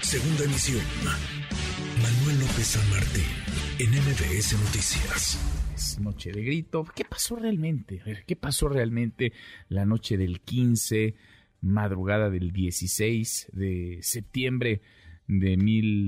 Segunda emisión. Manuel López San Martín, en MBS Noticias. Es noche de grito. ¿Qué pasó realmente? A ver, ¿qué pasó realmente la noche del 15, madrugada del 16 de septiembre de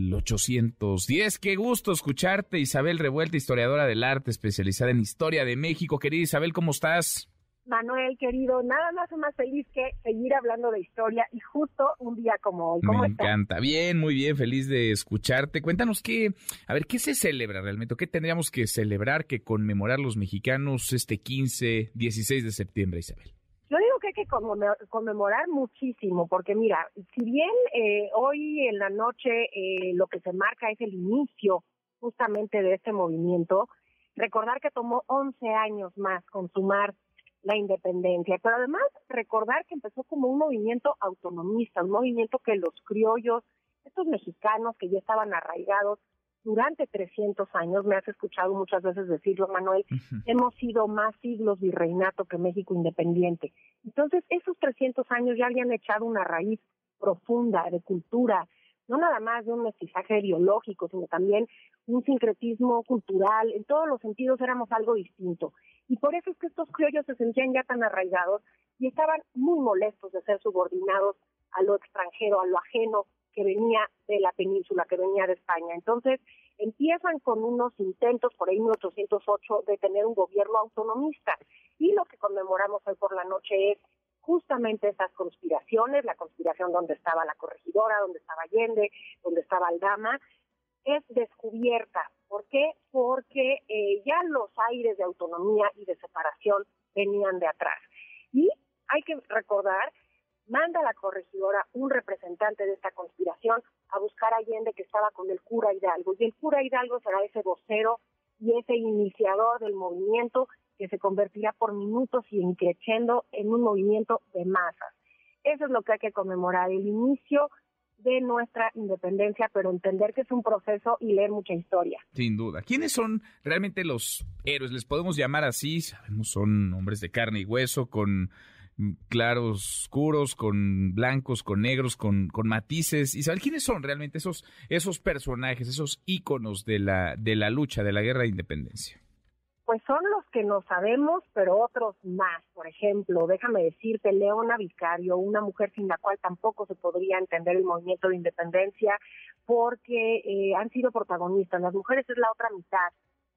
1810? Qué gusto escucharte, Isabel Revuelta, historiadora del arte, especializada en historia de México. Querida Isabel, ¿cómo estás? Manuel, querido, nada más o más feliz que seguir hablando de historia y justo un día como hoy. ¿Cómo estás? Me encanta. Bien, muy bien, feliz de escucharte. Cuéntanos qué se celebra realmente, qué tendríamos que celebrar, que conmemorar los mexicanos este 15, 16 de septiembre, Isabel. Yo digo que hay que conmemorar muchísimo, porque mira, si bien hoy en la noche lo que se marca es el inicio justamente de este movimiento, recordar que tomó 11 años más consumar la independencia, pero además recordar que empezó como un movimiento autonomista, un movimiento que los criollos, estos mexicanos que ya estaban arraigados durante 300 años, me has escuchado muchas veces decirlo, Manuel, hemos sido más siglos virreinato que México independiente. Entonces, esos 300 años ya habían echado una raíz profunda de cultura, no nada más de un mestizaje biológico, sino también un sincretismo cultural, en todos los sentidos éramos algo distinto. Y por eso es que estos criollos se sentían ya tan arraigados y estaban muy molestos de ser subordinados a lo extranjero, a lo ajeno que venía de la península, que venía de España. Entonces empiezan con unos intentos, por ahí en 1808, de tener un gobierno autonomista. Y lo que conmemoramos hoy por la noche es justamente esas conspiraciones, la conspiración donde estaba la corregidora, donde estaba Allende, donde estaba Aldama, es descubierta. ¿Por qué? Porque ya los aires de autonomía y de separación venían de atrás. Y hay que recordar, manda la corregidora un representante de esta conspiración a buscar a Allende, que estaba con el cura Hidalgo. Y el cura Hidalgo será ese vocero y ese iniciador del movimiento que se convertirá por minutos y increciendo en un movimiento de masas. Eso es lo que hay que conmemorar, el inicio de nuestra independencia, pero entender que es un proceso y leer mucha historia. Sin duda. ¿Quiénes son realmente los héroes? ¿Les podemos llamar así? Sabemos, son hombres de carne y hueso, con claros, oscuros, con blancos, con negros, con matices. Isabel, ¿quiénes son realmente esos personajes, esos íconos de la lucha, de la guerra de independencia? Pues son los que no sabemos, pero otros más. Por ejemplo, déjame decirte, Leona Vicario, una mujer sin la cual tampoco se podría entender el movimiento de independencia, porque han sido protagonistas. Las mujeres es la otra mitad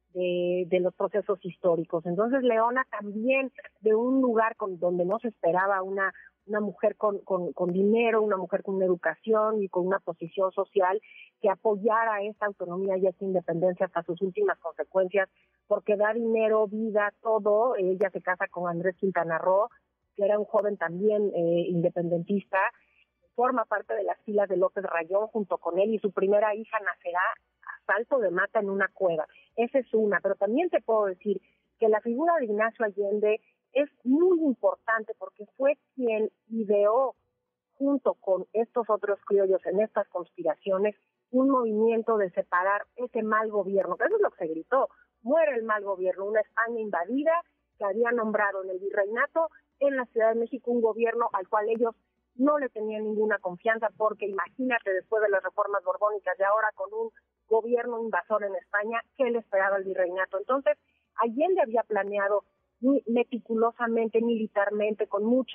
de los procesos históricos. Entonces, Leona también, de un lugar donde no se esperaba una mujer con dinero, una mujer con una educación y con una posición social que apoyara esta autonomía y esta independencia hasta sus últimas consecuencias, porque da dinero, vida, todo. Ella se casa con Andrés Quintana Roo, que era un joven también independentista, forma parte de las filas de López Rayón junto con él, y su primera hija nacerá a salto de mata en una cueva. Esa es una, pero también te puedo decir que la figura de Ignacio Allende es muy importante porque fue quien ideó, junto con estos otros criollos en estas conspiraciones, un movimiento de separar ese mal gobierno. Eso es lo que se gritó: muere el mal gobierno, una España invadida que había nombrado en el virreinato en la Ciudad de México un gobierno al cual ellos no le tenían ninguna confianza, porque imagínate, después de las reformas borbónicas y ahora con un gobierno invasor en España, ¿qué le esperaba el virreinato? Entonces, Allende había planeado meticulosamente, militarmente, con mucha,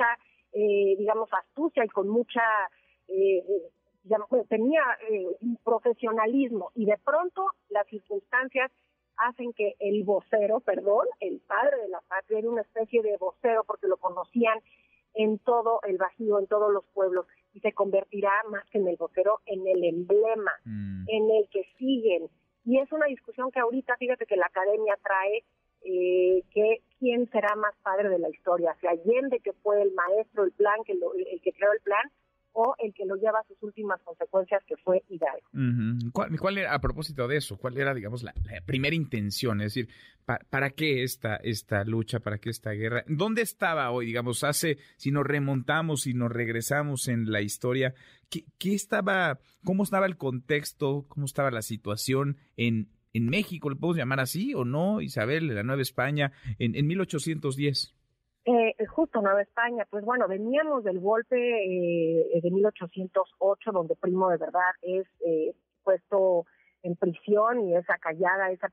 astucia y con mucha, tenía un profesionalismo, y de pronto las circunstancias hacen que el padre de la patria, era una especie de vocero, porque lo conocían en todo el Bajío, en todos los pueblos, y se convertirá más que en el vocero, en el emblema, en el que siguen. Y es una discusión que ahorita, fíjate que la academia trae, que quién será más padre de la historia, si Allende, que fue el maestro del plan, el que creó el plan, o el que lo lleva a sus últimas consecuencias, que fue Hidalgo. ¿Cuál era, a propósito de eso, cuál era, digamos, la primera intención? Es decir, ¿para qué esta lucha, para qué esta guerra? ¿Dónde estaba hoy, digamos, si nos remontamos, si nos regresamos en la historia, cómo estaba el contexto, cómo estaba la situación en México? ¿Le podemos llamar así o no, Isabel, de la Nueva España, en 1810? Justo Nueva España, pues bueno, veníamos del golpe de 1808, donde Primo de Verdad es puesto en prisión y es acallada ese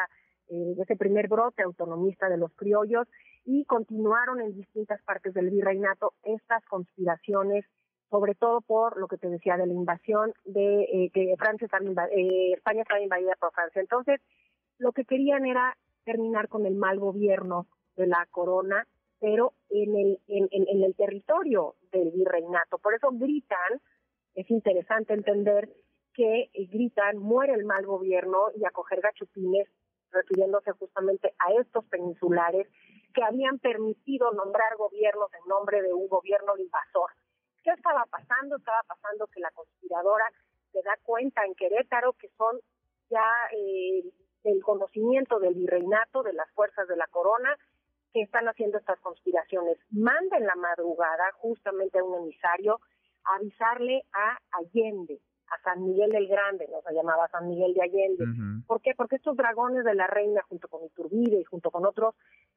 primer brote autonomista de los criollos, y continuaron en distintas partes del virreinato estas conspiraciones, sobre todo por lo que te decía de la invasión de que España estaba invadida por Francia. Entonces, lo que querían era terminar con el mal gobierno de la corona, pero en el territorio del virreinato. Por eso gritan, es interesante entender que gritan, muere el mal gobierno, y a coger gachupines, refiriéndose justamente a estos peninsulares que habían permitido nombrar gobiernos en nombre de un gobierno invasor. ¿Qué estaba pasando? Estaba pasando que la conspiradora se da cuenta en Querétaro que son ya el conocimiento del virreinato, de las fuerzas de la corona, que están haciendo estas conspiraciones. Manda en la madrugada justamente a un emisario a avisarle a Allende, a San Miguel el Grande, no se llamaba San Miguel de Allende. Uh-huh. ¿Por qué? Porque estos dragones de la reina, junto con Iturbide y junto con otros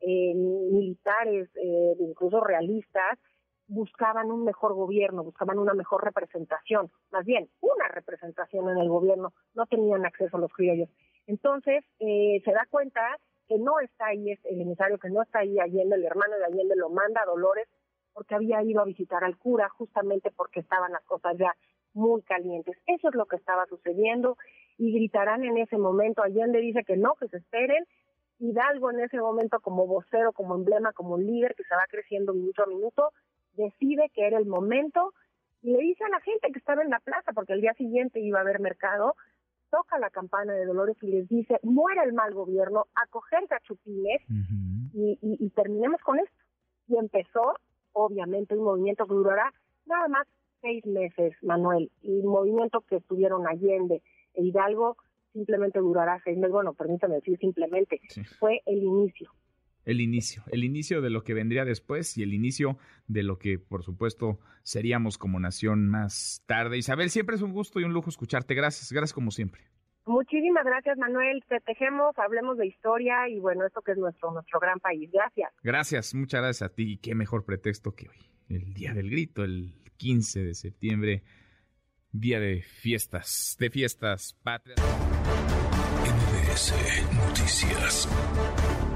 militares, incluso realistas, buscaban un mejor gobierno, buscaban una mejor representación, más bien una representación en el gobierno, no tenían acceso a los criollos. Entonces se da cuenta que no está ahí el emisario, que no está ahí Allende, el hermano de Allende lo manda a Dolores porque había ido a visitar al cura, justamente porque estaban las cosas ya muy calientes. Eso es lo que estaba sucediendo, y gritarán en ese momento. Allende dice que no, que se esperen. Hidalgo en ese momento, como vocero, como emblema, como líder que se va creciendo minuto a minuto, decide que era el momento y le dice a la gente que estaba en la plaza, porque el día siguiente iba a haber mercado, toca la campana de Dolores y les dice: muera el mal gobierno, a coger gachupines, uh-huh, y terminemos con esto. Y empezó, obviamente, un movimiento que durará nada más 6 meses, Manuel, y un movimiento que estuvieron Allende e Hidalgo simplemente durará 6 meses. Bueno, permítame decir simplemente, sí. Fue el inicio. El inicio de lo que vendría después, y el inicio de lo que, por supuesto, seríamos como nación más tarde. Isabel, siempre es un gusto y un lujo escucharte. Gracias como siempre. Muchísimas gracias, Manuel. Festejemos, hablemos de historia y, bueno, esto que es nuestro gran país. Gracias. Gracias, muchas gracias a ti. Y qué mejor pretexto que hoy, el Día del Grito, el 15 de septiembre, día de fiestas patrias. MBS Noticias.